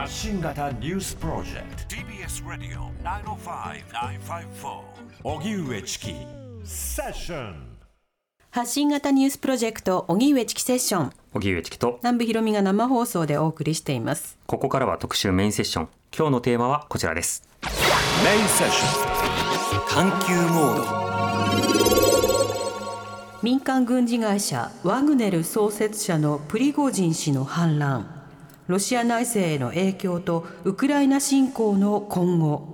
発信型ニュースプロジェクト TBS ラディオ905-954おぎゅうえちきセッション。 発信型ニュースプロジェクト荻上チキセッション、 荻上チキと南部ひろみが生放送でお送りしています。 ここからは特集メインセッション。今日のテーマはこちらです。 メインセッション探求モード。 民間軍事会社ワグネル創設者のプリゴジン氏の反乱、ロシア内政への影響とウクライナ侵攻の今後。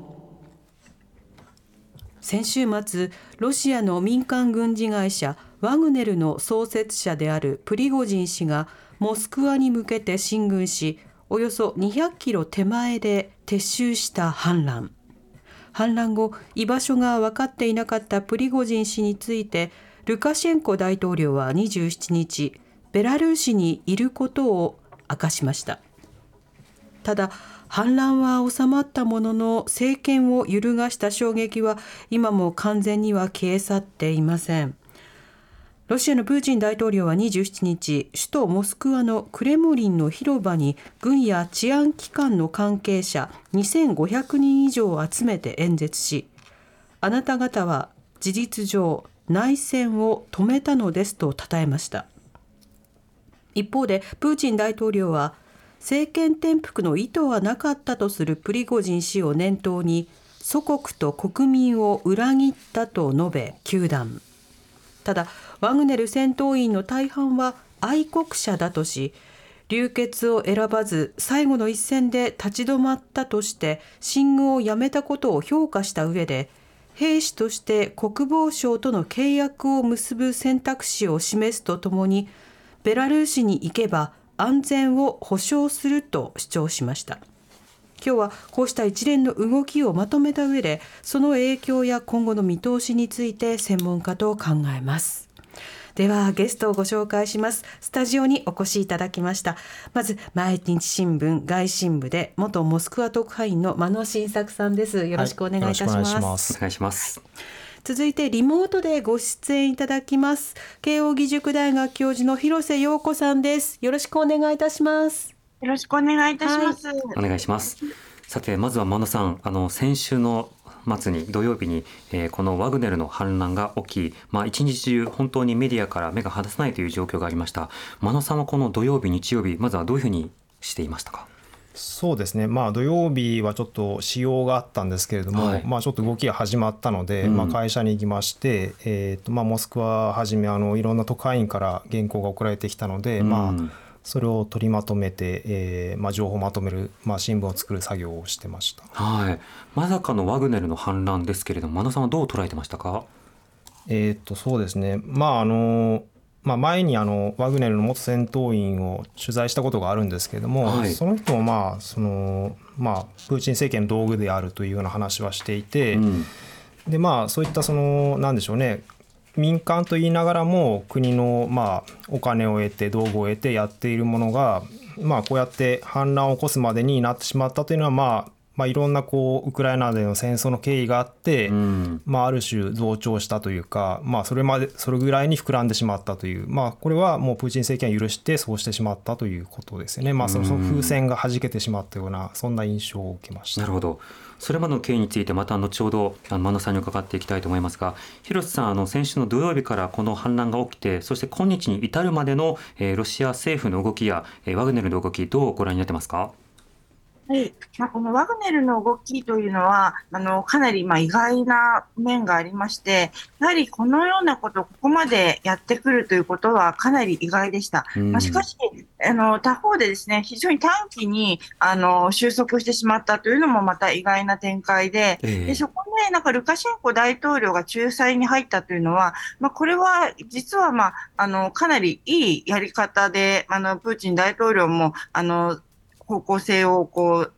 先週末、ロシアの民間軍事会社ワグネルの創設者であるプリゴジン氏がモスクワに向けて進軍し、およそ200キロ手前で撤収した反乱。反乱後、居場所が分かっていなかったプリゴジン氏について、ルカシェンコ大統領は27日、ベラルーシにいることを明かしました。ただ、反乱は収まったものの、政権を揺るがした衝撃は今も完全には消え去っていません。ロシアのプーチン大統領は27日、首都モスクワのクレムリンの広場に軍や治安機関の関係者2500人以上を集めて演説し、あなた方は事実上内戦を止めたのですと称えました。一方でプーチン大統領は、政権転覆の意図はなかったとするプリゴジン氏を念頭に、祖国と国民を裏切ったと述べ糾弾。ただ、ワグネル戦闘員の大半は愛国者だとし、流血を選ばず最後の一線で立ち止まったとして進軍をやめたことを評価した上で、兵士として国防省との契約を結ぶ選択肢を示すとともに、ベラルーシに行けば安全を保障すると主張しました。今日はこうした一連の動きをまとめた上で、その影響や今後の見通しについて専門家と考えます。ではゲストをご紹介します。スタジオにお越しいただきました。まず毎日新聞外信部で元モスクワ特派員の間野真作さんです。よろしくお願いいたします。 お願いします。 続いてリモートでご出演いただきます。慶應義塾大学教授の広瀬陽子さんです。よろしくお願いいたします。 よろしくお願いいたします。 お願いします。さて、まずは間野さん、先週の末に土曜日に、このワグネルの反乱が起き、一日中本当にメディアから目が離せないという状況がありました。間野さんはこの土曜日日曜日、まずはどういうふうにしていましたか？ そうですね、土曜日はちょっと仕様があったんですけれども、ちょっと動きが始まったので、会社に行きまして、モスクワはじめいろんな特派員から原稿が送られてきたので、それを取りまとめて、情報をまとめる、新聞を作る作業をしてました。 まさかのワグネルの反乱ですけれども、間野さんはどう捉えてましたか？ そうですね、前にワグネルの元戦闘員を取材したことがあるんですけれども、その人もプーチン政権の道具であるというような話はしていて、でそういったなんでしょうね、民間と言いながらも国のお金を得て道具を得てやっているものが、こうやって反乱を起こすまでになってしまったというのはいろんなウクライナでの戦争の経緯があって、ある種増長したというか、それぐらいに膨らんでしまったという、これはもうプーチン政権は許してそうしてしまったということですよね。その風船が弾けてしまったような、そんな印象を受けました。 なるほど。それまでの経緯についてまた後ほど間野さんに伺っていきたいと思いますが、広瀬さん、先週の土曜日からこの反乱が起きて、そして今日に至るまでの、ロシア政府の動きや、ワグネルの動き、どうご覧になってますか？ はい、このワグネルの動きというのはかなり意外な面がありまして、やはりこのようなことをここまでやってくるということはかなり意外でした。しかし他方でですね、非常に短期に収束してしまったというのもまた意外な展開で、そこでルカシェンコ大統領が仲裁に入ったというのは、これは実はかなりいいやり方で、プーチン大統領も方向性を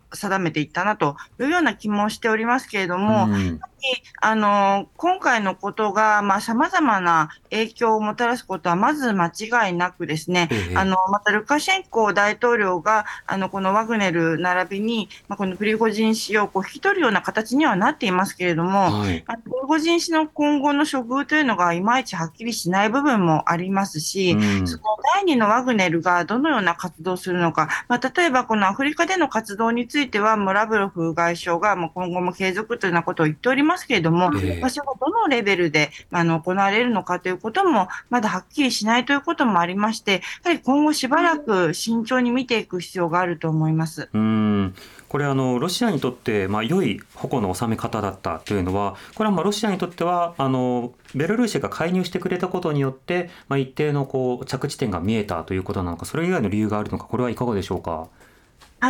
定めていったなというような気もしておりますけれども、今回のことが、様々な影響をもたらすことはまず間違いなくですね、またルカシェンコ大統領が、このワグネル並びに、このプリゴジン氏を引き取るような形にはなっていますけれども、プリゴジン氏の今後の処遇というのがいまいちはっきりしない部分もありますし、その第2のワグネルがどのような活動をするのか、例えばこのアフリカでの活動については、ラブロフ外相が今後も継続というようなことを言っておりますけれども、それがどのレベルで行われるのかということもまだはっきりしないということもありまして、やはり今後しばらく慎重に見ていく必要があると思います。 これロシアにとって、良い矛の収め方だったというのは、これはロシアにとってはベラルーシが介入してくれたことによって、一定の着地点が見えたということなのか、それ以外の理由があるのか、これはいかがでしょうか。 はい、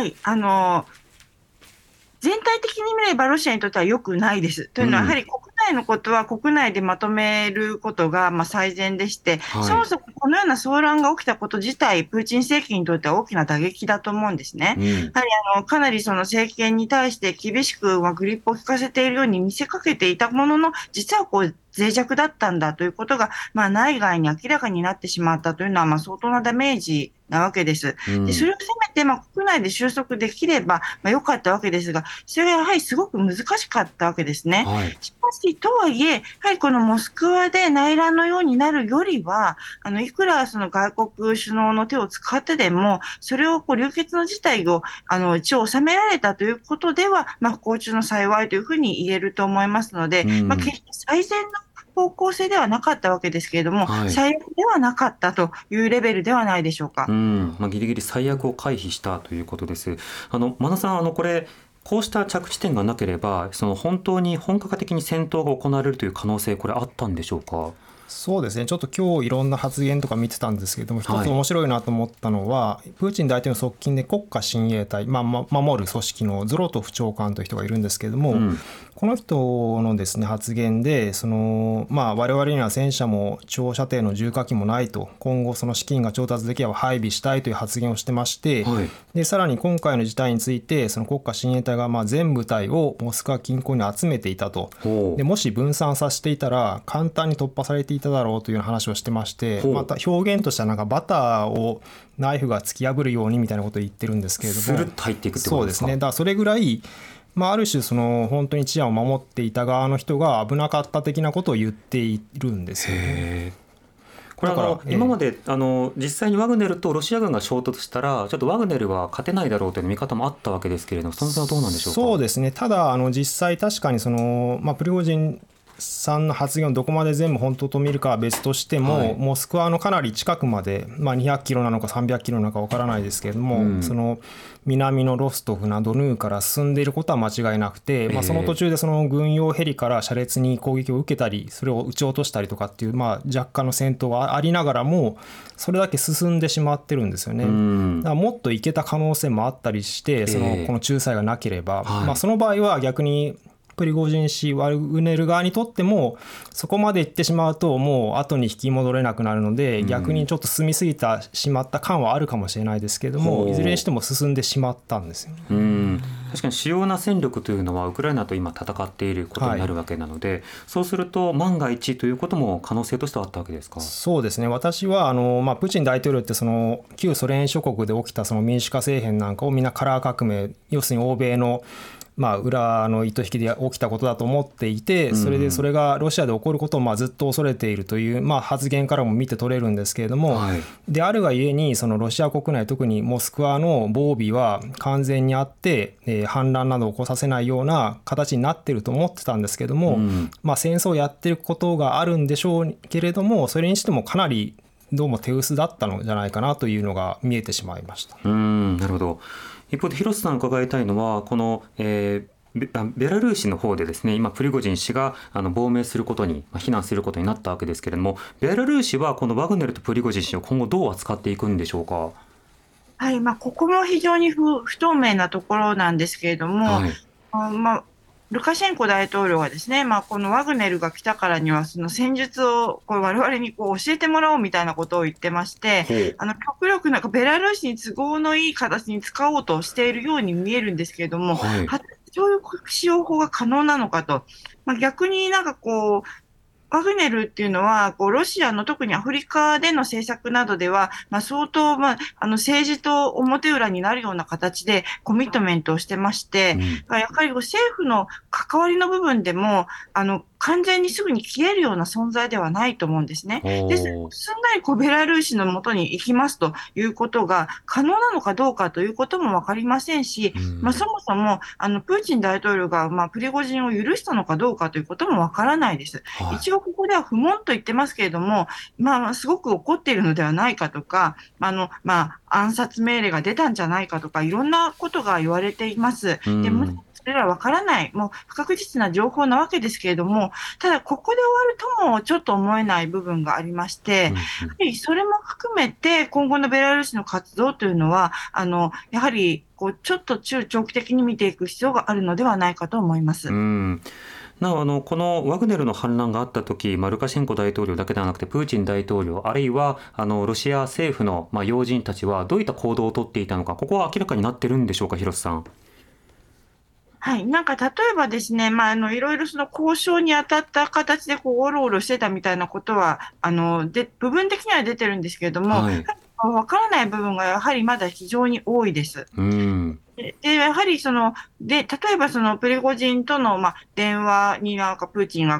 全体的に見ればロシアにとっては良くないです。というのは、やはり国内のことは国内でまとめることが最善でして、そもそもこのような騒乱が起きたこと自体、プーチン政権にとっては大きな打撃だと思うんですね。やはりかなりその政権に対して厳しくグリップを効かせているように見せかけていたものの、実は脆弱だったんだということが、内外に明らかになってしまったというのは、相当なダメージなわけです。でそれをせめて、国内で収束できれば、良かったわけですが、それがやはりすごく難しかったわけですね。しかし、とはいえ、やはりこのモスクワで内乱のようになるよりは、いくらその外国首脳の手を使ってでも、それを流血の事態を一応収められたということでは、不幸中の幸いというふうに言えると思いますので、決して最善の方向性ではなかったわけですけれども、最悪ではなかったというレベルではないでしょうか。 ギリギリ最悪を回避したということです。真野さん、こうした着地点がなければ、本当に本格的に戦闘が行われるという可能性、これあったんでしょうか。 そうですね、ちょっと今日いろんな発言とか見てたんですけれども、一つ面白いなと思ったのは、プーチン大統領の側近で国家親衛隊、守る組織のゾロトフ長官という人がいるんですけれども、この人のですね発言で我々には戦車も長射程の重火器もないと、今後その資金が調達できれば配備したいという発言をしてまして、でさらに今回の事態についてその国家親衛隊が全部隊をモスクワ近郊に集めていたと、でもし分散させていたら簡単に突破されていただろうというような話をしてまして、また表現としてはバターをナイフが突き破るようにみたいなことを言ってるんですけれども、 スルッと入っていくってことですか。 そうですね、だからそれぐらいある種本当に治安を守っていた側の人が危なかった的なことを言っているんですよね。 これ今まで実際にワグネルとロシア軍が衝突したらちょっとワグネルは勝てないだろうという見方もあったわけですけれども、その点はどうなんでしょうか。 そうですね、ただ実際確かにプリゴジンさんの発言をどこまで全部本当と見るかは別としても、モスクワのかなり近くまで、200キロなのか300キロなのか分からないですけれども、その南のロストフなどヌーから進んでいることは間違いなくて、その途中でその軍用ヘリから車列に攻撃を受けたり、それを撃ち落としたりとかっていう、若干の戦闘がありながらもそれだけ進んでしまってるんですよね。だからもっといけた可能性もあったりして、この仲裁がなければ、その場合は逆にプリゴジン氏ワグネル側にとってもそこまで行ってしまうともう後に引き戻れなくなるので、逆にちょっと進みすぎてしまった感はあるかもしれないですけれども、いずれにしても進んでしまったんですよね。 確かに主要な戦力というのはウクライナと今戦っていることになるわけなので、そうすると万が一ということも可能性としてはあったわけですか。 そうですね、私はプーチン大統領って旧ソ連諸国で起きた民主化政変なんかをみんなカラー革命、要するに欧米の裏の糸引きで起きたことだと思っていて、それでそれがロシアで起こることをずっと恐れているという発言からも見て取れるんですけれども、であるがゆえにロシア国内、特にモスクワの防備は完全にあって、反乱などを起こさせないような形になっていると思ってたんですけれども、戦争をやってることがあるんでしょうけれども、それにしてもかなりどうも手薄だったのじゃないかなというのが見えてしまいました。 なるほど。一方で広瀬さん伺いたいのはこの、ベラルーシの方でですね、今プリゴジン氏が亡命することに非難することになったわけですけれども、ベラルーシはこのワグネルとプリゴジン氏を今後どう扱っていくんでしょうか。 ここも非常に不透明なところなんですけれども、 ルカシェンコ大統領がですね、このワグネルが来たからには、その戦術を我々に教えてもらおうみたいなことを言ってまして、極力なんかベラルーシに都合のいい形に使おうとしているように見えるんですけれども、 はい、 そういう使用法が可能なのかと。逆になんかワグネルっていうのは、ロシアの特にアフリカでの政策などでは、相当、政治と表裏になるような形でコミットメントをしてまして、やはり政府の関わりの部分でも、完全にすぐに消えるような存在ではないと思うんですね。ですすんなりベラルーシのもとに行きますということが可能なのかどうかということも分かりませんし、そもそもプーチン大統領がプリゴジンを許したのかどうかということも分からないです。一応ここでは不問と言ってますけれども、すごく怒っているのではないかとか、暗殺命令が出たんじゃないかとか、いろんなことが言われています。でそれらわからない、もう不確実な情報なわけですけれども、ただここで終わるともちょっと思えない部分がありまして、やはりそれも含めて今後のベラルーシの活動というのは、やはりちょっと中長期的に見ていく必要があるのではないかと思います。 なおこのワグネルの反乱があった時、ルカシェンコ大統領だけではなくてプーチン大統領、あるいはロシア政府の要人たちはどういった行動をとっていたのか、ここは明らかになってるんでしょうか、広瀬さん。 はい、なんか例えばですね、いろいろその交渉に当たった形でおろおろしてたみたいなことは、部分的には出てるんですけれども、わからない部分がやはりまだ非常に多いです。で、やはり例えばプリゴジンとの電話になんかプーチンが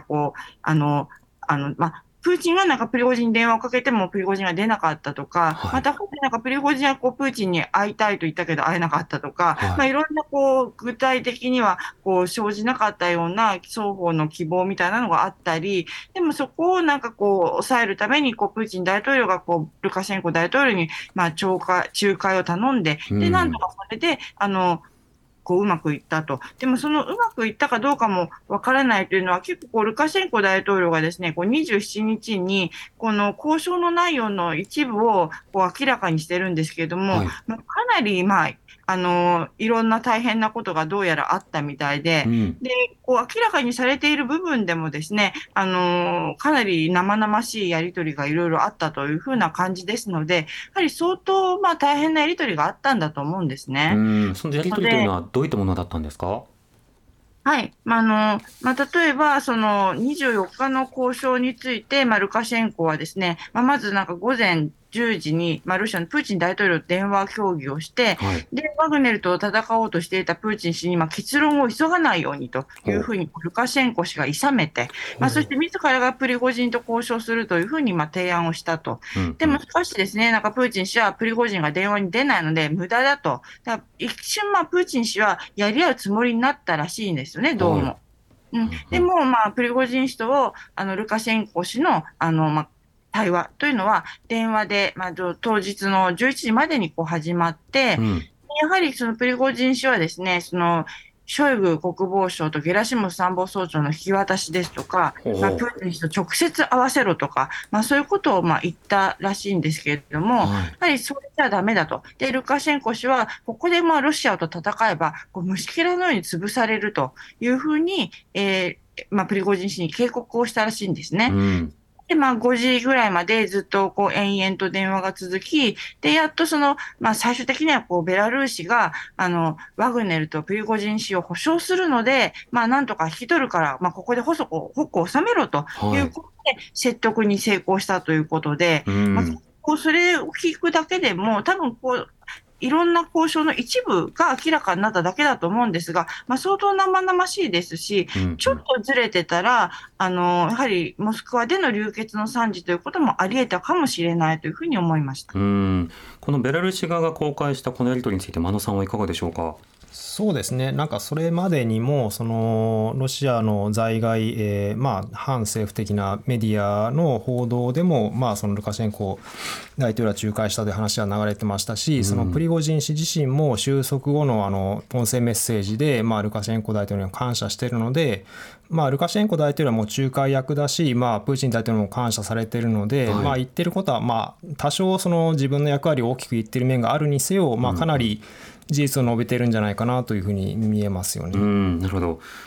プーチンがなんかプリゴジンに電話をかけてもプリゴジンが出なかったとか、またなんかプリゴジンはプーチンに会いたいと言ったけど会えなかったとか、いろんな具体的には生じなかったような双方の希望みたいなのがあったり、でもそこをなんか抑えるためにプーチン大統領がルカシェンコ大統領に仲介を頼んで、で、なんとかそれで、うまくいったと。でもそのうまくいったかどうかもわからないというのは、結構ルカシェンコ大統領がですね、27日にこの交渉の内容の一部を明らかにしてるんですけれども、かなりいろんな大変なことがどうやらあったみたいで、で、明らかにされている部分でもですね、かなり生々しいやり取りがいろいろあったというふうな感じですので、やはり相当大変なやり取りがあったんだと思うんですね。 そのやり取りというのはどういったものだったんですか？ はい。例えば、24日の交渉について、ルカシェンコはですね、まずなんか午前10時に、ロシアのプーチン大統領と電話協議をして、で、ワグネルと戦おうとしていたプーチン氏に、結論を急がないようにというふうに、ルカシェンコ氏が諌めて、そして自らがプリゴジンと交渉するというふうに、提案をしたと。でも、しかしですね、なんかプーチン氏はプリゴジンが電話に出ないので、無駄だと。だから一瞬、プーチン氏はやり合うつもりになったらしいんですよね、どうも。でも、プリゴジン氏とルカシェンコ氏の、対話というのは電話で、当日の11時までに始まって、やはりそのプリゴジン氏はですね、ショイグ国防相とゲラシモフ参謀総長の引き渡しですとか、プーチン氏と直接会わせろとか、そういうことを言ったらしいんですけれども、やはりそれじゃダメだと。で、ルカシェンコ氏は、ここでロシアと戦えば、虫けらのように潰されるというふうに、プリゴジン氏に警告をしたらしいんですね。で、5時ぐらいまでずっと延々と電話が続き、で、やっと最終的にはベラルーシが、ワグネルとプリゴジン氏を保証するので、なんとか引き取るから、ここで矛を収めろということで、説得に成功したということで、それを聞くだけでも、多分いろんな交渉の一部が明らかになっただけだと思うんですが、相当生々しいですし、ちょっとずれてたら、やはりモスクワでの流血の惨事ということもあり得たかもしれないというふうに思いました。 このベラルーシ側が公開したこのやり取りについて、真野さんはいかがでしょうか？ そうですね、なんかそれまでにもロシアの在外、反政府的なメディアの報道でも、そのルカシェンコ大統領が仲介したという話は流れてましたし、そのプリゴジン氏自身も収束後の音声メッセージで、ルカシェンコ大統領に感謝しているので、ルカシェンコ大統領はもう仲介役だし、プーチン大統領も感謝されているので、言ってることは、多少自分の役割を大きく言ってる面があるにせよ、かなり事実を述べてるんじゃないかなというふうに見えますよね。 なるほど。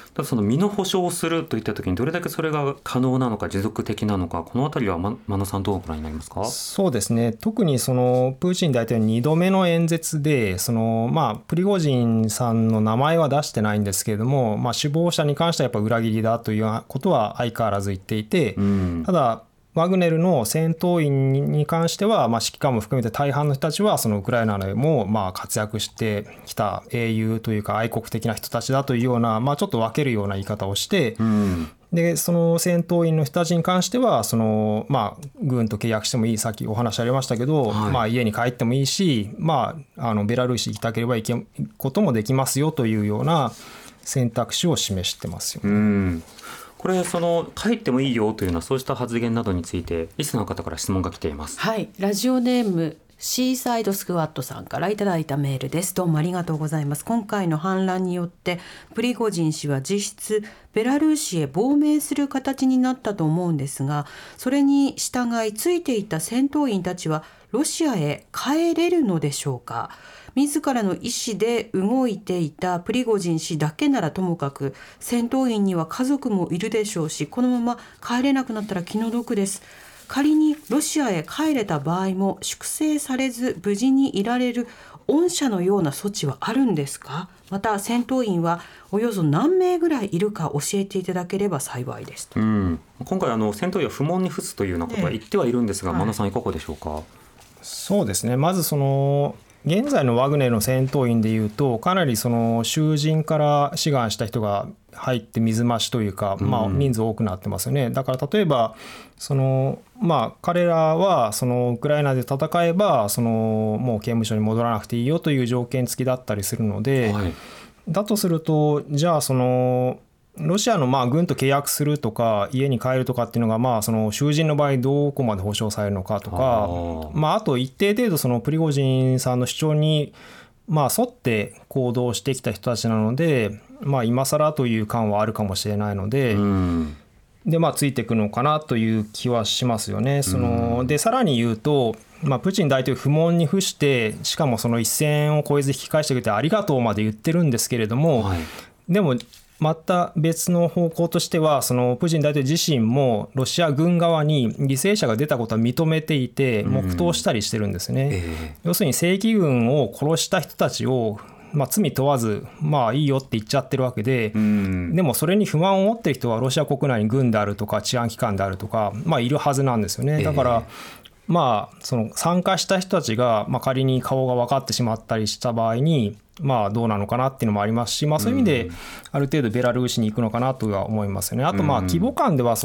ただその身の保証をするといった時にどれだけそれが可能なのか持続的なのか、このあたりは真野さんどうご覧になりますか？ そうですね、特にそのプーチン大統領2度目の演説でプリゴジンさんの名前は出してないんですけれども、首謀者に関してはやっぱ裏切りだということは相変わらず言っていて、ただワグネルの戦闘員に関しては、指揮官も含めて大半の人たちはそのウクライナでも活躍してきた英雄というか愛国的な人たちだというような、ちょっと分けるような言い方をして、でその戦闘員の人たちに関しては軍と契約してもいい、さっきお話ありましたけど、家に帰ってもいいし、ベラルーシ行きたければ行くこともできますよというような選択肢を示してますよね。 これ帰ってもいいよというようなそうした発言などについてリスナーの方から質問が来ています。 はい、ラジオネームシーサイドスクワットさんからいただいたメールです。どうもありがとうございます。今回の反乱によってプリゴジン氏は実質ベラルーシへ亡命する形になったと思うんですが、それに従いついていた戦闘員たちはロシアへ帰れるのでしょうか。自らの意思で動いていたプリゴジン氏だけならともかく、戦闘員には家族もいるでしょうし、このまま帰れなくなったら気の毒です。仮にロシアへ帰れた場合も粛清されず無事にいられる恩赦のような措置はあるんですか。また戦闘員はおよそ何名ぐらいいるか教えていただければ幸いですと。 今回戦闘員は不問に付すというようなことは言ってはいるんですが、真野さんいかがでしょうか？ そうですね、まず現在のワグネルの戦闘員でいうとかなり囚人から志願した人が入って水増しというか、人数多くなってますよね。だから例えば彼らはウクライナで戦えばもう刑務所に戻らなくていいよという条件付きだったりするので、だとするとじゃあロシアの軍と契約するとか家に帰るとかっていうのが囚人の場合どこまで保障されるのかとか、あと一定程度プリゴジンさんの主張に沿って行動してきた人たちなので、今更という感はあるかもしれないので、ついていくのかなという気はしますよね。でさらに言うと、プーチン大統領不問に付して、しかも一線を越えず引き返してくれてありがとうまで言ってるんですけれども、でもまた別の方向としてはプーチン大統領自身もロシア軍側に犠牲者が出たことは認めていて黙祷したりしてるんですね。要するに正規軍を殺した人たちを罪問わずいいよって言っちゃってるわけで、でもそれに不満を持ってる人はロシア国内に軍であるとか治安機関であるとかいるはずなんですよね。だから参加した人たちが仮に顔が分かってしまったりした場合にどうなのかなっていうのもありますし、そういう意味である程度ベラルーシに行くのかなとは思いますよね。あと規模感では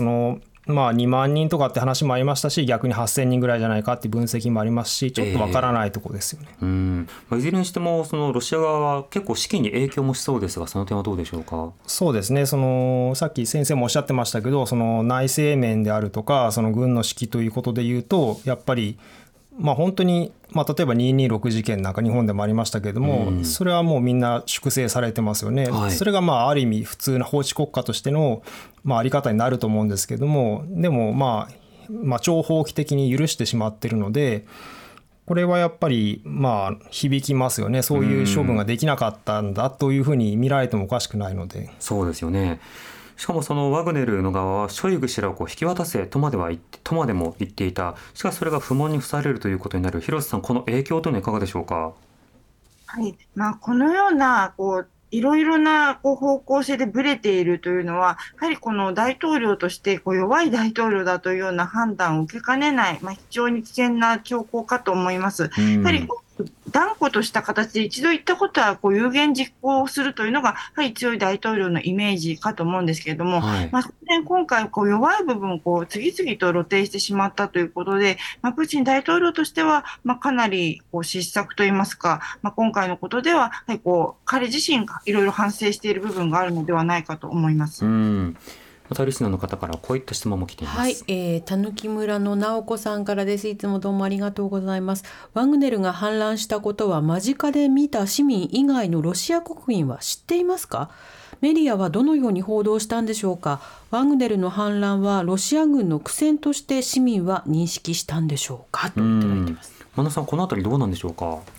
2万人とかって話もありましたし、逆に8000人ぐらいじゃないかっていう分析もありますし、ちょっとわからないところですよね。 いずれにしてもロシア側は結構士気に影響もしそうですが、その点はどうでしょうか？そうですね、 さっき先生もおっしゃってましたけど、内政面であるとか軍の士気ということでいうと、やっぱり本当に、例えば226事件なんか日本でもありましたけれども、それはもうみんな粛清されてますよね。それがある意味普通の法治国家としてのあり方になると思うんですけども、でも超法規的に許してしまってるので、これはやっぱり響きますよね。そういう処分ができなかったんだというふうに見られてもおかしくないので。 そうですよね。しかもワグネルの側はショイグ氏らを引き渡せとまでも言っていた。しかしそれが不問に付されるということになる。廣瀬さん、この影響というのはいかがでしょうか？ はい、このようないろいろな方向性でブレているというのは、やはりこの大統領として弱い大統領だというような判断を受けかねない、非常に危険な兆候かと思います。やはり断固とした形で一度言ったことは有言実行するというのがやはり強い大統領のイメージかと思うんですけれども、今回弱い部分を次々と露呈してしまったということで、プーチン大統領としてはかなり失策といいますか、今回のことではやはり彼自身がいろいろ反省している部分があるのではないかと思います。 またリスナーの方からこういった質問も来ています。 はい、たぬき村の直子さんからです。いつもどうもありがとうございます。ワグネルが反乱したことは間近で見た市民以外のロシア国民は知っていますか？メディアはどのように報道したんでしょうか？ワグネルの反乱はロシア軍の苦戦として市民は認識したんでしょうか？といただいています。 真野さん、このあたりどうなんでしょうか？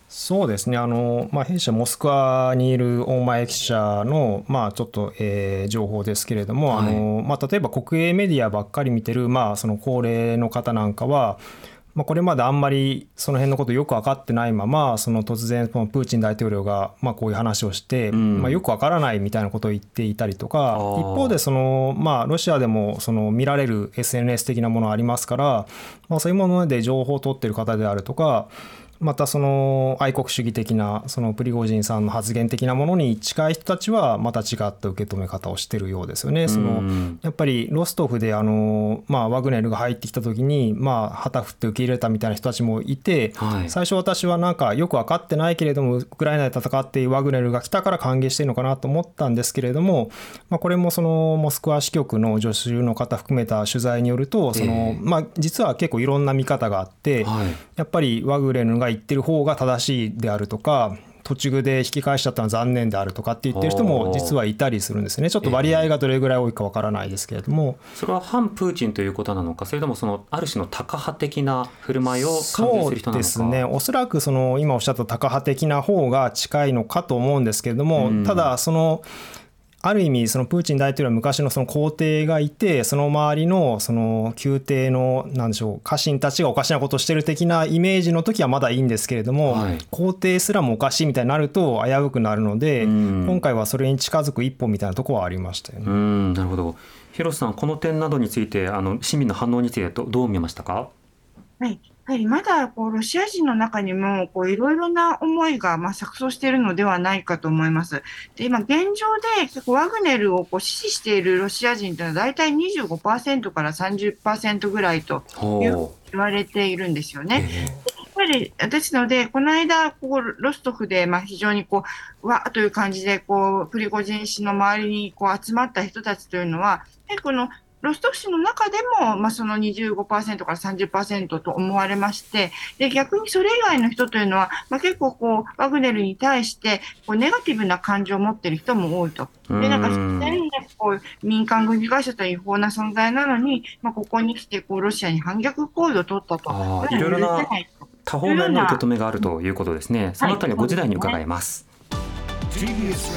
そうですね、弊社モスクワにいる大前記者の、ちょっと、情報ですけれども、 はい例えば国営メディアばっかり見てる、その高齢の方なんかは、これまであんまりその辺のことよく分かってないまま、その突然プーチン大統領がこういう話をして、よく分からないみたいなことを言っていたりとか、一方でロシアでも見られる SNS 的なものありますから、そういうもので情報を取っている方であるとか、また愛国主義的なプリゴジンさんの発言的なものに近い人たちはまた違った受け止め方をしているようですよね。やっぱりロストフでワグネルが入ってきた時に旗振って受け入れたみたいな人たちもいて、最初私はなんかよく分かってないけれどもウクライナで戦ってワグネルが来たから歓迎しているのかなと思ったんですけれども、これもモスクワ支局の助手の方含めた取材によると実は結構いろんな見方があって、やっぱりワグネルが言ってる方が正しいであるとか、途中で引き返しちゃったのは残念であるとかって言ってる人も実はいたりするんですね。ちょっと割合がどれぐらい多いかわからないですけれども、 それは反プーチンということなのか、それともある種のタカ派的な振る舞いを歓迎する人なのか。 そうですね、おそらく今おっしゃったタカ派的な方が近いのかと思うんですけれども、ただある意味プーチン大統領は昔の皇帝がいて、その周りの宮廷のなんでしょう家臣たちがおかしなことをしてる的なイメージの時はまだいいんですけれども、皇帝すらもおかしいみたいになると危うくなるので、今回はそれに近づく一歩みたいなところはありましたよね。 なるほど。廣瀬さん、この点などについて市民の反応についてどう見ましたか？ はい、やはりまだロシア人の中にもいろいろな思いが錯綜しているのではないかと思います。で、今現状で結構ワグネルを支持しているロシア人というのは大体 25% から 30% ぐらいと言われているんですよね。やっぱりですので、この間ロストフで非常にわーという感じでプリゴジン氏の周りに集まった人たちというのは、このロストフ市の中でも、その 25% から 30% と思われまして、で逆にそれ以外の人というのは、結構ワグネルに対してネガティブな感情を持っている人も多いと。で民間軍事会社という違法な存在なのに、ここに来てロシアに反逆行為を取ったと。 いろいろな多方面の受け止めがあるということですね。そのあたりは5時台に伺います。 TBS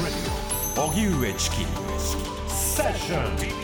Radio 荻上チキセッション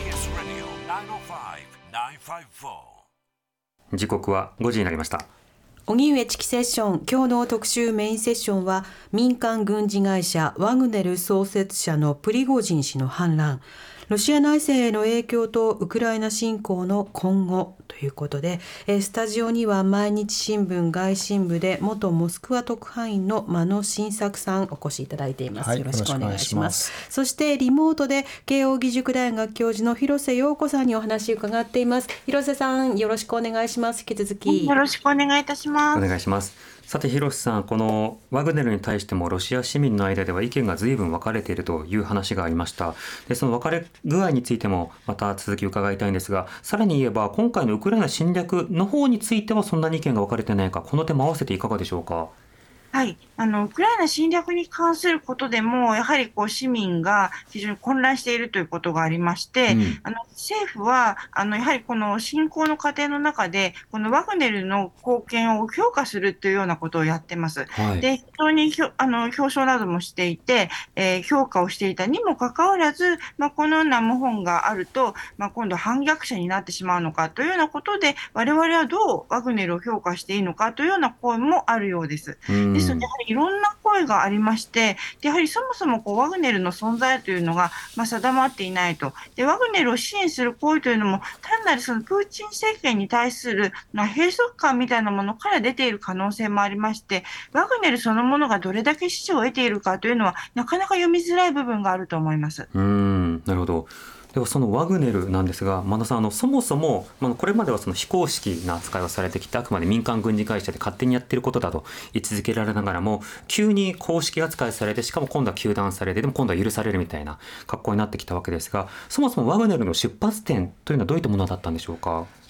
時刻は5時になりました。 荻上チキセッション、今日の特集メインセッションは民間軍事会社ワグネル創設者のプリゴジン氏の反乱、ロシア内政への影響とウクライナ侵攻の今後ということで、スタジオには毎日新聞外信部で元モスクワ特派員の間野真作さんお越しいただいています、よろしくお願いします。そしてリモートで慶應義塾大学教授の広瀬陽子さんにお話を伺っています。広瀬さん、よろしくお願いします。引き続きよろしくお願いいたします。 お願いします。さて広瀬さん、このワグネルに対してもロシア市民の間では意見が随分分かれているという話がありました。でその分かれ具合についてもまた続き伺いたいんですが、さらに言えば今回のウクライナ侵略の方についてはそんなに意見が分かれてないか、この点も合わせていかがでしょうか？ はい、ウクライナ侵略に関することでも、やはり市民が非常に混乱しているということがありまして、政府はやはりこの侵攻の過程の中で、このワグネルの貢献を評価するというようなことをやってます。で非常に表彰などもしていて、評価をしていたにもかかわらず、このような謀反があると、今度反逆者になってしまうのかというようなことで、我々はどうワグネルを評価していいのかというような声もあるようです。ですので、やはりいろんな声がありまして、でやはりそもそもワグネルの存在というのが定まっていないと。でワグネルを支援する行為というのも、単なるそのプーチン政権に対する閉塞感みたいなものから出ている可能性もありまして、ワグネルそのものがどれだけ支持を得ているかというのは、なかなか読みづらい部分があると思います。 なるほど。ではそのワグネルなんですが、間野さん、そもそもこれまではその非公式な扱いをされてきて、あくまで民間軍事会社で勝手にやっていることだと言い続けられながらも、急に公式扱いされて、しかも今度は糾弾されて、でも今度は許されるみたいな格好になってきたわけですが、そもそもワグネルの出発点というのはどういったものだったんでしょうか？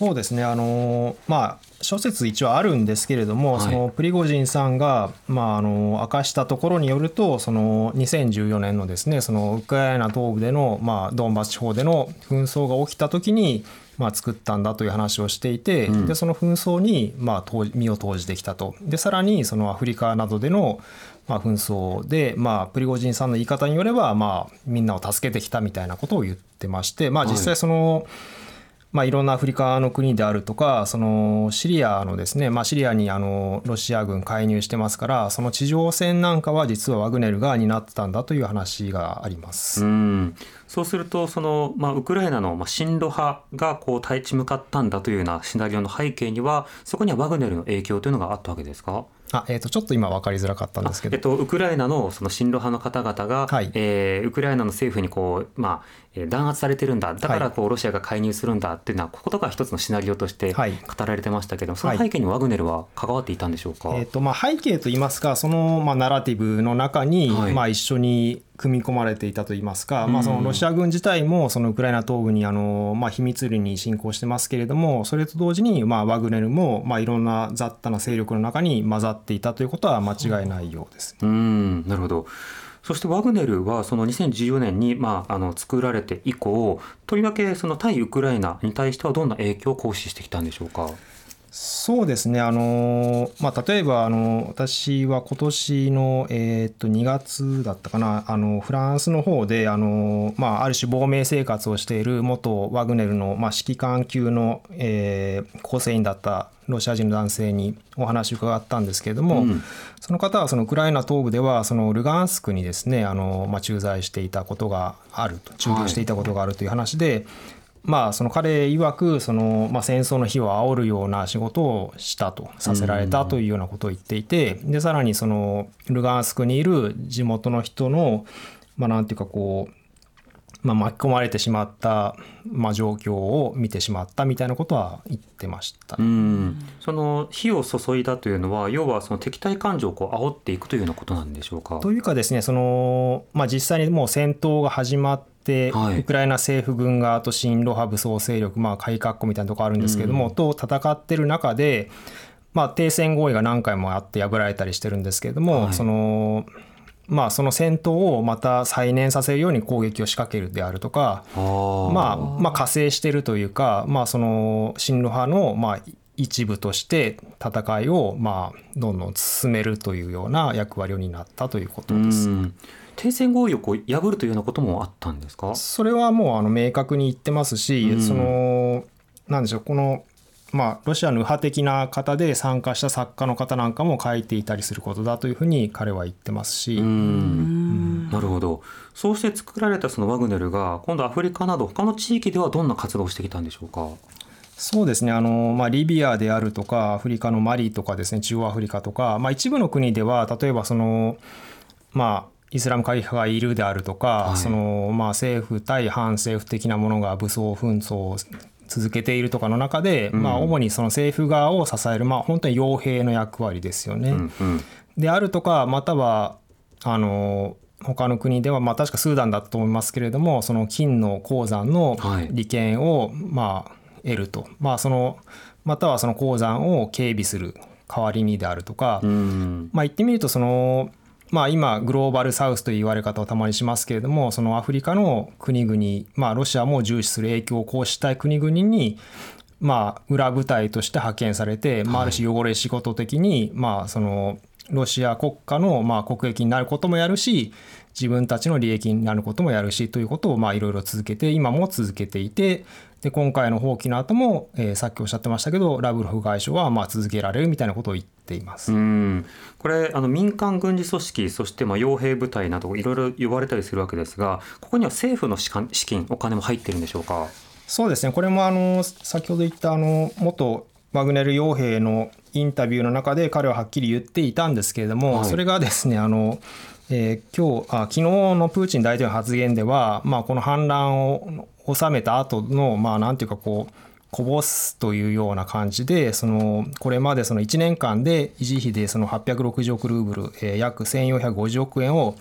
そうですね、諸説一応あるんですけれども、そのプリゴジンさんが、明かしたところによると、その2014年のですね、そのウクライナ東部での、ドンバス地方での紛争が起きた時に、作ったんだという話をしていて、でその紛争に、身を投じてきたと。でさらにそのアフリカなどでの、紛争で、プリゴジンさんの言い方によれば、みんなを助けてきたみたいなことを言ってまして、実際その、いろんなアフリカの国であるとか、そのシリアのですね、シリアにロシア軍介入してますから、その地上戦なんかは実はワグネルが担ってたんだという話があります。 そうするとその、ウクライナの親ロ派がこう立ち向かったんだというようなシナリオの背景には、そこにはワグネルの影響というのがあったわけですか？ ちょっと今分かりづらかったんですけど、 ウクライナのその親ロ派の方々が、ウクライナの政府にこう、弾圧されてるんだ、だからこうロシアが介入するんだっていうのは、ことが一つのシナリオとして語られてましたけど、その背景にワグネルは関わっていたんでしょうか？ 背景といいますか、その、ナラティブの中に、一緒に組み込まれていたといいますか、そのロシア軍自体もそのウクライナ東部に秘密裏に侵攻してますけれども、それと同時にワグネルもいろんな雑多な勢力の中に混ざっていたということは間違いないようです。 なるほど。そしてワグネルはその2014年に作られて以降、とりわけその対ウクライナに対してはどんな影響を行使してきたんでしょうか？ そうですね、例えば私は今年の、2月だったかな、フランスの方である種亡命生活をしている元ワグネルの、指揮官級の、構成員だったロシア人の男性にお話を伺ったんですけれども、その方はそのウクライナ東部ではそのルガンスクにですね、駐在していたことがあると、駐留していたことがあるという話で、その彼曰くその、戦争の火を煽るような仕事をしたと、させられたというようなことを言っていて、でさらにそのルガンスクにいる地元の人の、なんていうかこう、巻き込まれてしまった、状況を見てしまったみたいなことは言ってました。 その火を注いだというのは、要はその敵対感情をこう煽っていくというようなことなんでしょうか？ というかですね、その、実際にもう戦闘が始まって、ウクライナ政府軍側と親ロ派武装勢力、カイカッコみたいなところあるんですけれども、と戦ってる中で、停戦合意が何回もあって破られたりしてるんですけれども、その戦闘をまた再燃させるように攻撃を仕掛けるであるとか、加勢しているというか、その親ロ派の一部として戦いをどんどん進めるというような役割を担ったということです。 停戦合意をこう破るというようなこともあったんですか？ それはもう明確に言ってますし、そのなんでしょう、このロシアの右派的な方で参加した作家の方なんかも書いていたりすることだというふうに彼は言ってますし。 なるほど。そうして作られたそのワグネルが今度アフリカなど他の地域ではどんな活動をしてきたんでしょうか？ そうですね、リビアであるとかアフリカのマリとかですね、中央アフリカとか、一部の国では例えばそのイスラム過激派がいるであるとか、その政府対反政府的なものが武装紛争を続けているとかの中で、主にその政府側を支える、本当に傭兵の役割ですよね。であるとか、または他の国では、確かスーダンだったと思いますけれども、その金の鉱山の利権を得ると、そのまたはその鉱山を警備する代わりにであるとか、言ってみるとその今グローバルサウスという言われ方をたまにしますけれども、そのアフリカの国々、ロシアも重視する影響を行使したい国々に裏部隊として派遣されて、ある種汚れ仕事的にそのロシア国家の国益になることもやるし、自分たちの利益になることもやるしということをいろいろ続けて、今も続けていて、で今回の放棄の後も、さっきおっしゃってましたけど、ラブロフ外相は続けられるみたいなことを言っています。 これ民間軍事組織、そして傭兵部隊などいろいろ呼ばれたりするわけですが、ここには政府の資金お金も入ってるんでしょうか？ そうですね、これも先ほど言った元ワグネル傭兵のインタビューの中で彼ははっきり言っていたんですけれども、それがですね昨日のプーチン大統領の発言では、この反乱を収めた後のなんていうかこぼすというような感じで、これまでその1年間で維持費でその860億ルーブル、約1450億円を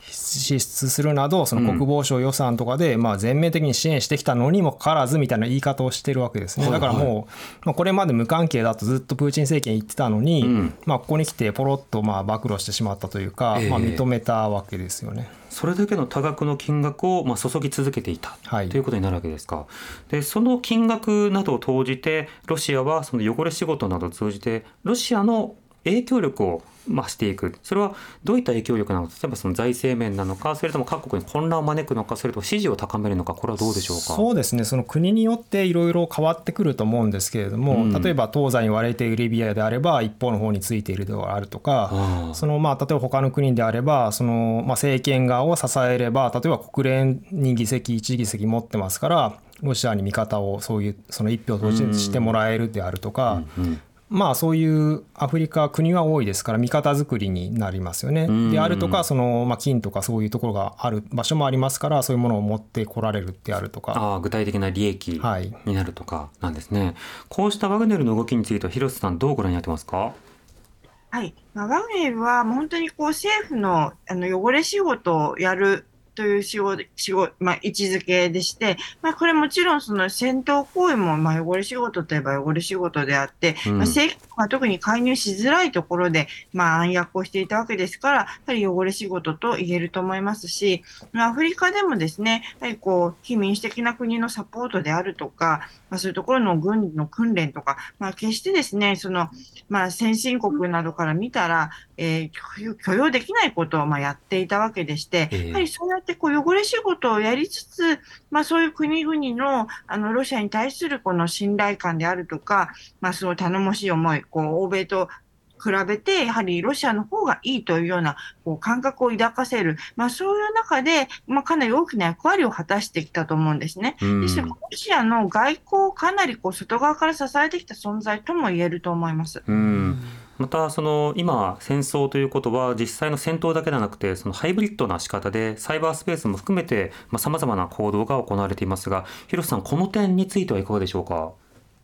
支出するなどその国防省予算とかで全面的に支援してきたのにもかかわらずみたいな言い方をしてるわけですね。だからもうこれまで無関係だとずっとプーチン政権言ってたのに、ここに来てポロッと暴露してしまったというか、認めたわけですよね。 それだけの多額の金額を注ぎ続けていた、ということになるわけですか。でその金額などを投じてロシアはその汚れ仕事などを通じてロシアの影響力を増していく。それはどういった影響力なのか、例えばその財政面なのか、それとも各国に混乱を招くのか、それとも支持を高めるのか、これはどうでしょうか。 そうですね、その国によっていろいろ変わってくると思うんですけれども、例えば東西に割れているリビアであれば一方の方についているであるとか、その例えば他の国であればその政権側を支えれば、例えば国連に議席1議席持ってますからロシアに味方をそういうその一票としてもらえるであるとか、そういうアフリカ国は多いですから味方作りになりますよね。であるとかその、金とかそういうところがある場所もありますから、そういうものを持ってこられるであるとか、 具体的な利益になるとかなんですね。こうしたワグネルの動きについては廣瀬さんどうご覧になってますか。 はい、ワグネルは本当に政府の汚れ仕事をやるという位置づけでして、これもちろんその戦闘行為も汚れ仕事といえば汚れ仕事であって、政府が特に介入しづらいところで暗躍をしていたわけですから、やはり汚れ仕事と言えると思いますし、アフリカでもですね、やはり非民主的な国のサポートであるとか、そういうところの軍の訓練とか、決してですね、その先進国などから見たら、許容できないことをやっていたわけでして、やはりそうやって汚れ仕事をやりつつ、そういう国々のロシアに対するこの信頼感であるとか、その頼もしい思い、欧米と比べてやはりロシアの方がいいというような感覚を抱かせる、そういう中で、かなり大きな役割を果たしてきたと思うんですね。ですからロシアの外交をかなり外側から支えてきた存在とも言えると思います。 またその今戦争ということは実際の戦闘だけではなくて、そのハイブリッドな仕方でサイバースペースも含めてさまざまな行動が行われていますが、廣瀬さんこの点についてはいかがでしょうか。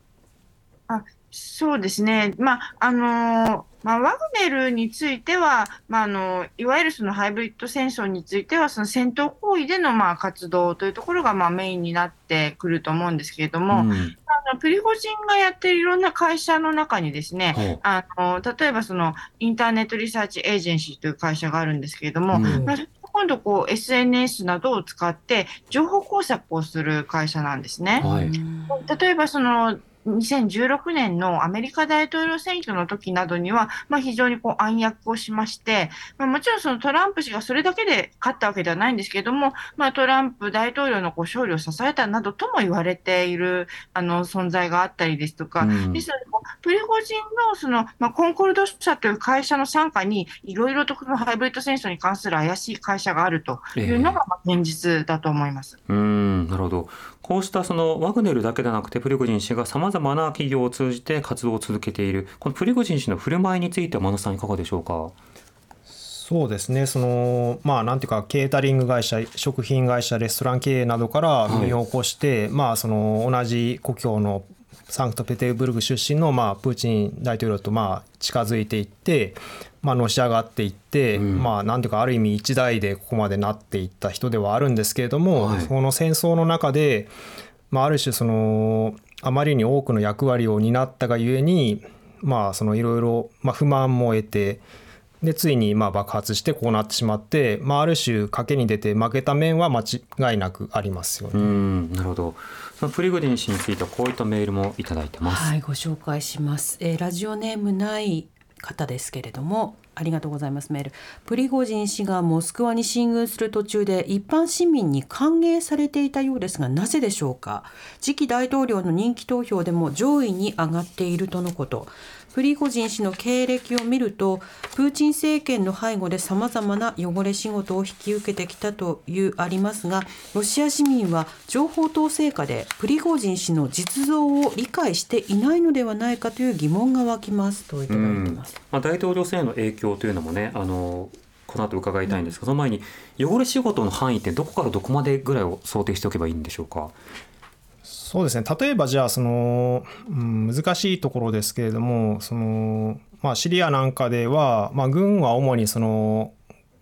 そうですね、ワグネルについては、いわゆるそのハイブリッド戦争についてはその戦闘行為での活動というところがメインになってくると思うんですけれども、プリゴジンがやっているいろんな会社の中にですね、例えばそのインターネットリサーチエージェンシーという会社があるんですけれども、今度SNS などを使って情報工作をする会社なんですね。例えばその2016年のアメリカ大統領選挙の時などには、非常に暗躍をしまして、もちろんそのトランプ氏がそれだけで勝ったわけではないんですけれども、トランプ大統領の勝利を支えたなどとも言われている存在があったりですとか、ですのでプリゴジンのその、コンコルド社という会社の傘下にいろいろとこのハイブリッド戦争に関する怪しい会社があるというのが現実だと思います。 なるほど。こうしたそのワグネルだけでなくてプリゴジン氏がさまざまな企業を通じて活動を続けているこのプリゴジン氏の振る舞いについては真野さんいかがでしょうか。 そうですね、そのなんていうかケータリング会社、食品会社、レストラン経営などから身を起こして、その同じ故郷のサンクトペテルブルク出身のプーチン大統領と近づいていって、のし上がっていって、なんていうかある意味一代でここまでなっていった人ではあるんですけれども、その戦争の中で、ある種そのあまりに多くの役割を担ったがゆえに、そのいろいろ不満も得て、でついに爆発してこうなってしまって、ある種賭けに出て負けた面は間違いなくありますよね。 なるほど。そのプリゴジン氏についてはこういったメールもいただいてます。 ご紹介します。ラジオネームない方ですけれども、ありがとうございます。メール。プリゴジン氏がモスクワに進軍する途中で一般市民に歓迎されていたようですが、なぜでしょうか。次期大統領の人気投票でも上位に上がっているとのこと。プリゴジン氏の経歴を見ると、プーチン政権の背後でさまざまな汚れ仕事を引き受けてきたというありますが、ロシア市民は情報統制下でプリゴジン氏の実像を理解していないのではないかという疑問が湧きますといただいています。 大統領選への影響というのもね、この後伺いたいんですが、その前に汚れ仕事の範囲ってどこからどこまでぐらいを想定しておけばいいんでしょうか。 そうですね、例えばじゃあその、難しいところですけれども、そのシリアなんかでは、軍は主にその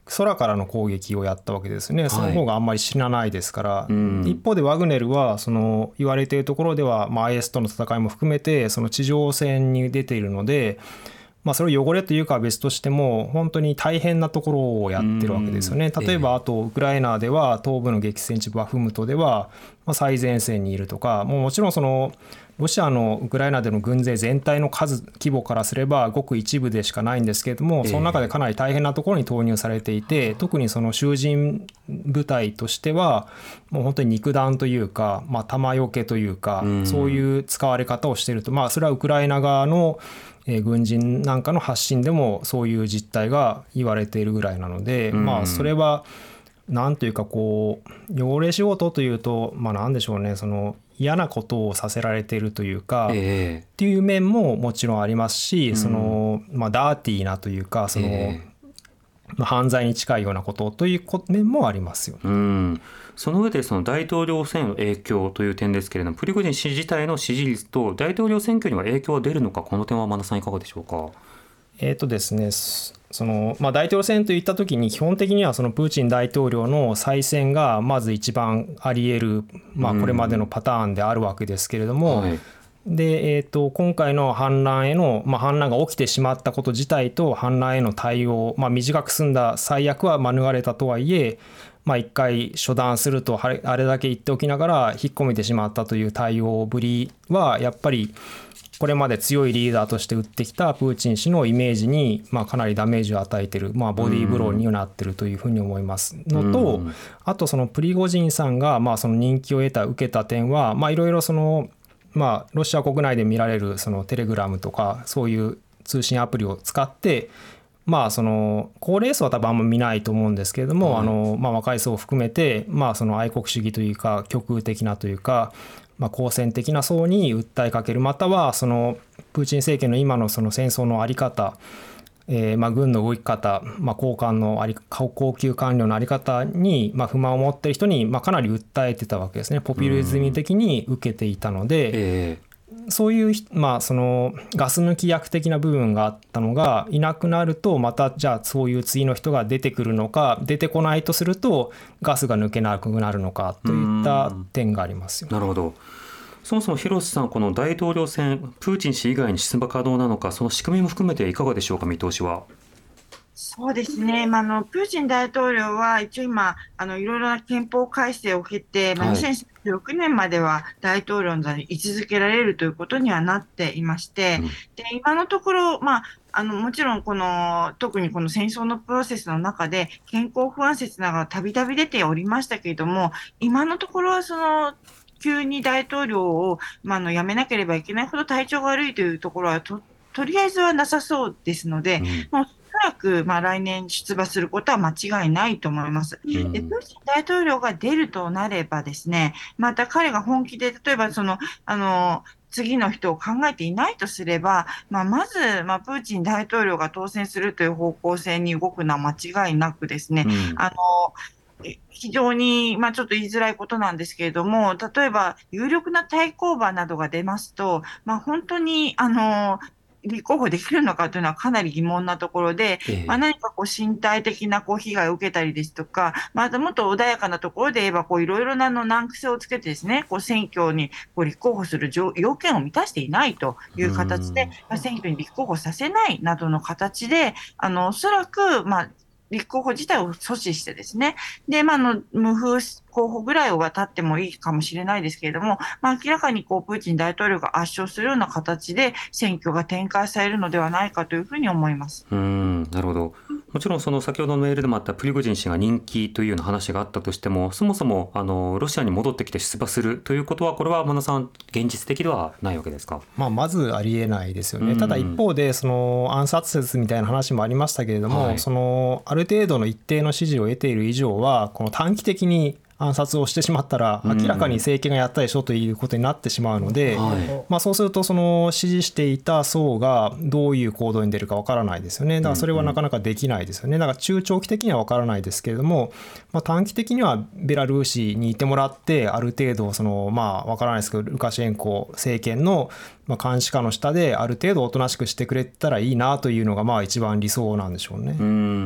空からの攻撃をやったわけですね。その方があんまり死なないですから、 はい、 一方でワグネルはその言われているところでは、IS との戦いも含めてその地上戦に出ているので、それを汚れというかは別としても本当に大変なところをやってるわけですよね。例えばあとウクライナでは東部の激戦地バフムトでは最前線にいるとか、もちろんそのロシアのウクライナでの軍勢全体の規模からすればごく一部でしかないんですけれども、その中でかなり大変なところに投入されていて、特にその囚人部隊としてはもう本当に肉弾というか、弾よけというか、そういう使われ方をしていると、それはウクライナ側の軍人なんかの発信でもそういう実態が言われているぐらいなので、それはなんというかこう汚れ仕事というと、なんでしょうね、その嫌なことをさせられているというか、っていう面ももちろんありますし、そのダーティーなというか、その犯罪に近いようなことという面もありますよね。 その上でその大統領選への影響という点ですけれども、プリゴジン氏自体の支持率と大統領選挙には影響は出るのか、この点は真田さんいかがでしょうか。 ですね、その大統領選といったときに基本的にはそのプーチン大統領の再選がまず一番あり得る、これまでのパターンであるわけですけれども、で今回の反乱への、反乱が起きてしまったこと自体と反乱への対応、短く済んだ最悪は免れたとはいえ、一回処断するとあれだけ言っておきながら引っ込めてしまったという対応ぶりはやっぱりこれまで強いリーダーとして打ってきたプーチン氏のイメージにかなりダメージを与えている、ボディーブローになっているというふうに思いますのと、あとそのプリゴジンさんがその人気を受けた点はいろいろそのロシア国内で見られるそのテレグラムとかそういう通信アプリを使ってその高齢層は多分あんま見ないと思うんですけれども、若い層を含めてその愛国主義というか極右的なというか好戦的な層に訴えかける、またはそのプーチン政権の今のその戦争の在り方、軍の動き方、高級官僚の在り方に不満を持っている人にかなり訴えてたわけですね。ポピュリズム的に受けていたので、そういうそのガス抜き役的な部分があったのがいなくなると、またじゃあそういう次の人が出てくるのか、出てこないとするとガスが抜けなくなるのかといった点がありますよね。 なるほど。そもそも広瀬さん、この大統領選プーチン氏以外に出馬可能なのか、その仕組みも含めていかがでしょうか、見通しは。 そうですね、プーチン大統領は一応今いろいろな憲法改正を経て、2016年までは大統領に位置づけられるということにはなっていまして、で今のところ、もちろん特にこの戦争のプロセスの中で健康不安説などがたびたび出ておりましたけれども、今のところはその急に大統領を、辞めなければいけないほど体調が悪いというところは とりあえずはなさそうですので、おそらく来年出馬することは間違いないと思います。でプーチン大統領が出るとなればですね、また彼が本気で例えば次の人を考えていないとすれば、まず、プーチン大統領が当選するという方向性に動くのは間違いなくですね、非常に、ちょっと言いづらいことなんですけれども、例えば有力な対抗馬などが出ますと、本当に立候補できるのかというのはかなり疑問なところで、何か身体的な被害を受けたりですとか、もっと穏やかなところで言えばいろいろな難癖をつけてですね、選挙に立候補する要件を満たしていないという形で、選挙に立候補させないなどの形で、おそらく、立候補自体を阻止してですね、で、無風候補ぐらいは立ってもいいかもしれないですけれども、明らかにプーチン大統領が圧勝するような形で選挙が展開されるのではないかというふうに思います。 なるほど。もちろんその先ほどのメールでもあったプリゴジン氏が人気というような話があったとしても、そもそもロシアに戻ってきて出馬するということは、これは真野さん現実的ではないわけですか。 まずありえないですよね。ただ一方でその暗殺説みたいな話もありましたけれども、そのある程度の一定の支持を得ている以上は、この短期的に暗殺をしてしまったら明らかに政権がやったでしょということになってしまうので、そうするとその支持していた層がどういう行動に出るかわからないですよね。だからそれはなかなかできないですよね。だから中長期的にはわからないですけれども、短期的にはベラルーシにいてもらってある程度そのわからないですけどルカシェンコ政権の監視下の下である程度おとなしくしてくれたらいいなというのが一番理想なんでしょうね。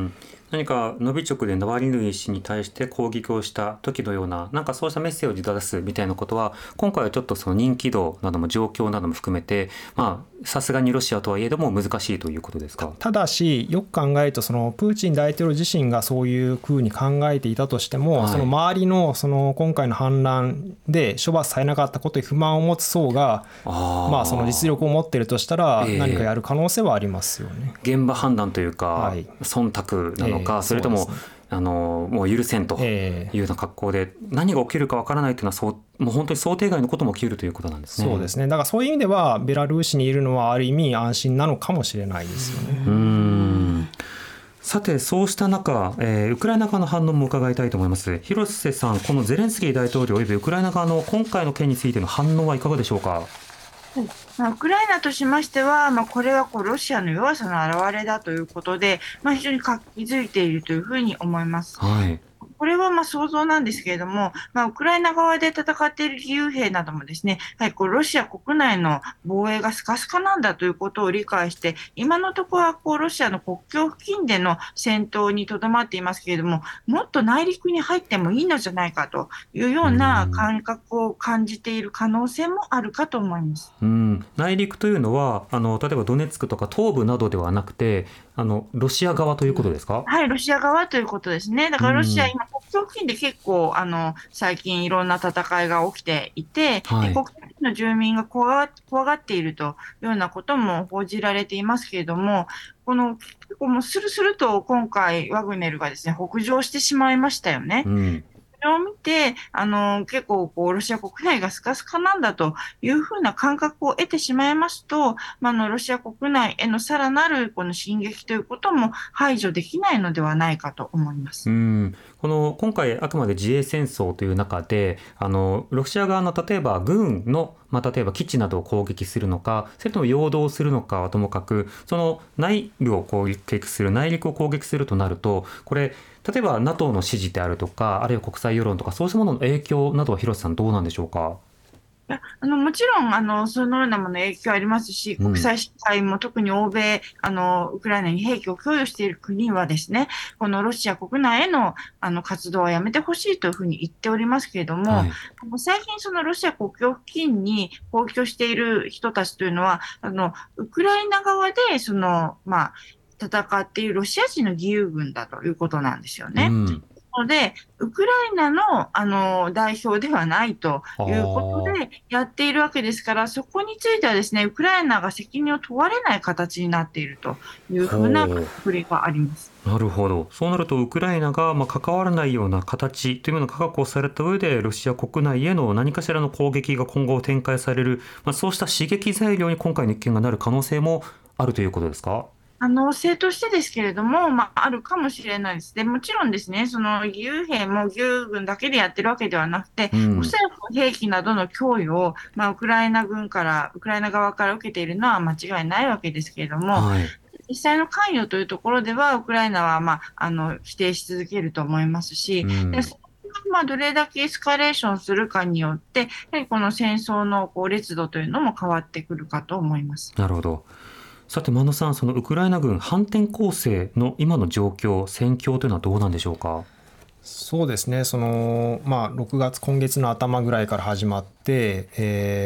何かノビチョクでナワリヌイ氏に対して攻撃をした時のような、なんかそうしたメッセージを出すみたいなことは、今回はちょっとその人気度なども状況なども含めて、さすがにロシアとはいえども難しいということですか。 ただしよく考えると、そのプーチン大統領自身がそういうふうに考えていたとしても、その周りのその今回の反乱で処罰されなかったことに不満を持つ層がその実力を持っているとしたら何かやる可能性はありますよね。 現場判断というか、忖度なのか、それとも、もう許せんというような格好で、何が起きるかわからないというのはもう本当に想定外のことも起きるということなんですね。 そうですね。だからそういう意味ではベラルーシにいるのはある意味安心なのかもしれないですよね。 さて、そうした中、ウクライナ側の反応も伺いたいと思います。広瀬さん、このゼレンスキー大統領およびウクライナ側の今回の件についての反応はいかがでしょうか。 ウクライナとしましては、これはロシアの弱さの表れだということで、非常に活気づいているというふうに思います。これは想像なんですけれども、ウクライナ側で戦っている義勇兵などもですね、やはりロシア国内の防衛がスカスカなんだということを理解して、今のところはロシアの国境付近での戦闘にとどまっていますけれども、もっと内陸に入ってもいいのじゃないかというような感覚を感じている可能性もあるかと思います。 内陸というのは例えばドネツクとか東部などではなくて、ロシア側ということですか。 はい、ロシア側ということですね。だからロシア、今国境付近で結構最近いろんな戦いが起きていて、国境付近の住民が怖がっているというようなことも報じられていますけれども、もうスルスルと今回ワグネルがですね北上してしまいましたよね。それを見て結構ロシア国内がスカスカなんだというふうな感覚を得てしまいますと、ロシア国内へのさらなる進撃ということも排除できないのではないかと思います。 今回あくまで自衛戦争という中でロシア側の例えば軍の例えば基地などを攻撃するのか、それとも陽動するのかはともかく、その内部を攻撃する、内陸を攻撃するとなると、これ例えば NATO の支持であるとか、あるいは国際世論とか、そうしたものの影響などは広瀬さんどうなんでしょうか。 もちろんそのようなもの影響ありますし、国際社会も特に欧米ウクライナに兵器を供与している国はですね、このロシア国内への活動はやめてほしいというふうに言っておりますけれども、最近そのロシア国境付近に攻撃をしている人たちというのはウクライナ側で戦っているロシア人の義勇軍だということなんですよね。のでウクライナの代表ではないということでやっているわけですから、そこについてはですね、ウクライナが責任を問われない形になっているというふうな振りがあります。 なるほど。そうなるとウクライナが関わらないような形というものが確保された上で、ロシア国内への何かしらの攻撃が今後展開される、そうした刺激材料に今回の一件がなる可能性もあるということですか。 可能性としてですけれども、あるかもしれないです。でもちろんですね、その義勇兵も義勇軍だけでやってるわけではなくて、おそらく兵器などの供与を、ウクライナ側から受けているのは間違いないわけですけれども、実際の関与というところでは、ウクライナは否定し続けると思いますし、でそれがどれだけエスカレーションするかによって、やはりこの戦争の烈度というのも変わってくるかと思います。 なるほど。さて真野さん、そのウクライナ軍反転攻勢の今の状況、戦況というのはどうなんでしょうか。 そうですね、6月今月の頭ぐらいから始まって、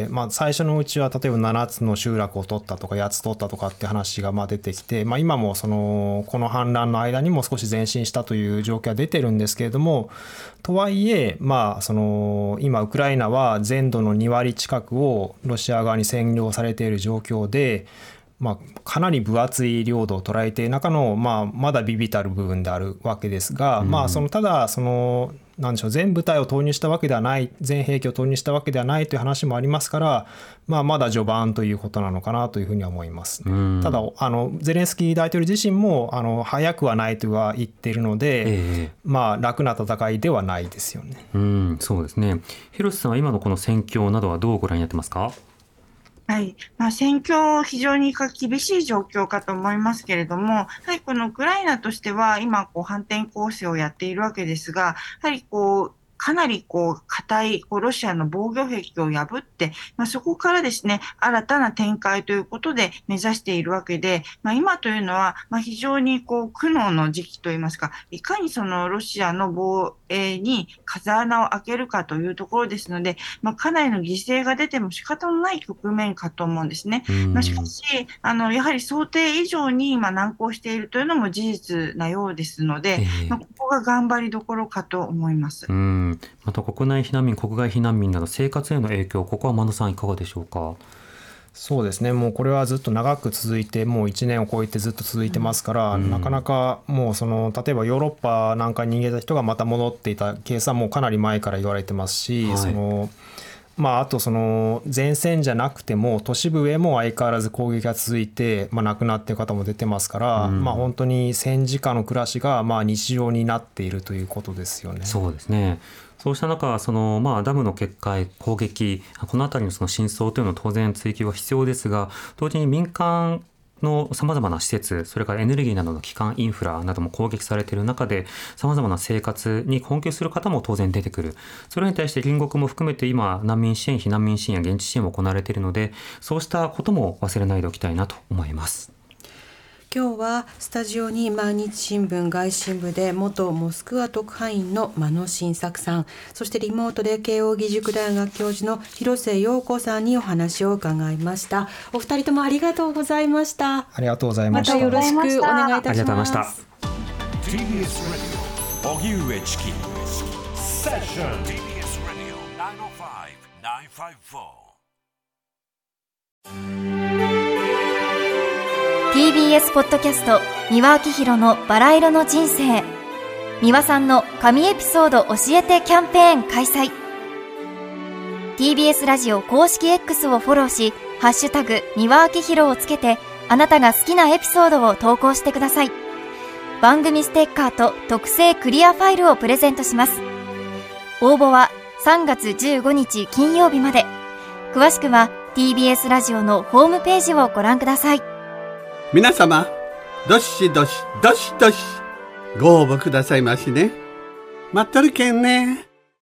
最初のうちは例えば7つの集落を取ったとか8つ取ったとかって話が出てきて、今もこの反乱の間にも少し前進したという状況は出てるんですけれども、とはいえ、今ウクライナは全土の2割近くをロシア側に占領されている状況で、かなり分厚い領土を捉えている中の、まだ微々たる部分であるわけですが、ただなんでしょう、全部隊を投入したわけではない、全兵器を投入したわけではないという話もありますから、まだ序盤ということなのかなというふうには思います。ただゼレンスキー大統領自身も早くはないとは言っているので、楽な戦いではないですよね。 そうですね。広瀬さんは今のこの戦況などはどうご覧になってますか。 はい、戦況、非常に厳しい状況かと思いますけれども、このウクライナとしては今反転攻勢をやっているわけですが、やはりかなり固いロシアの防御壁を破って、そこからですね、新たな展開ということで目指しているわけで、今というのは非常に苦悩の時期といいますか、いかにそのロシアの防衛に風穴を開けるかというところですので、かなりの犠牲が出ても仕方のない局面かと思うんですね。しかし、やはり想定以上に難航しているというのも事実なようですので、ここが頑張りどころかと思います。 また国内避難民、国外避難民など生活への影響、ここは真野さんいかがでしょうか。 そうですね、もうこれはずっと長く続いて、もう1年を超えてずっと続いてますから、なかなかもう例えばヨーロッパなんかに逃げた人がまた戻っていたケースはもうかなり前から言われてますし、あと前線じゃなくても都市部へも相変わらず攻撃が続いて、亡くなっている方も出てますから、本当に戦時下の暮らしが日常になっているということですよね。 そうですね。そうした中、ダムの決壊、攻撃、このあたりの真相というのは当然追及は必要ですが、同時に民間のさまざまな施設、それからエネルギーなどの基幹インフラなども攻撃されている中で、さまざまな生活に困窮する方も当然出てくる。それに対して隣国も含めて今、難民支援、避難民支援や現地支援も行われているので、そうしたことも忘れないでおきたいなと思います。 今日はスタジオに毎日新聞外信部で元モスクワ特派員の真野真作さん、そしてリモートで慶應義塾大学教授の広瀬陽子さんにお話を伺いました。お二人ともありがとうございました。 ありがとうございました。 またよろしくお願いいたします。 TBS Radio 荻上チキセッション TBS Radio 905-954 TBS ポッドキャスト三輪明宏のバラ色の人生、三輪さんの神エピソード教えてキャンペーン開催。 TBS ラジオ公式 X をフォローし、ハッシュタグ三輪明宏をつけて、あなたが好きなエピソードを投稿してください。番組ステッカーと特製クリアファイルをプレゼントします。応募は3月15日金曜日まで。詳しくは TBS ラジオのホームページをご覧ください。 皆様、どしどしどしどしご応募くださいましね。待っとるけんね。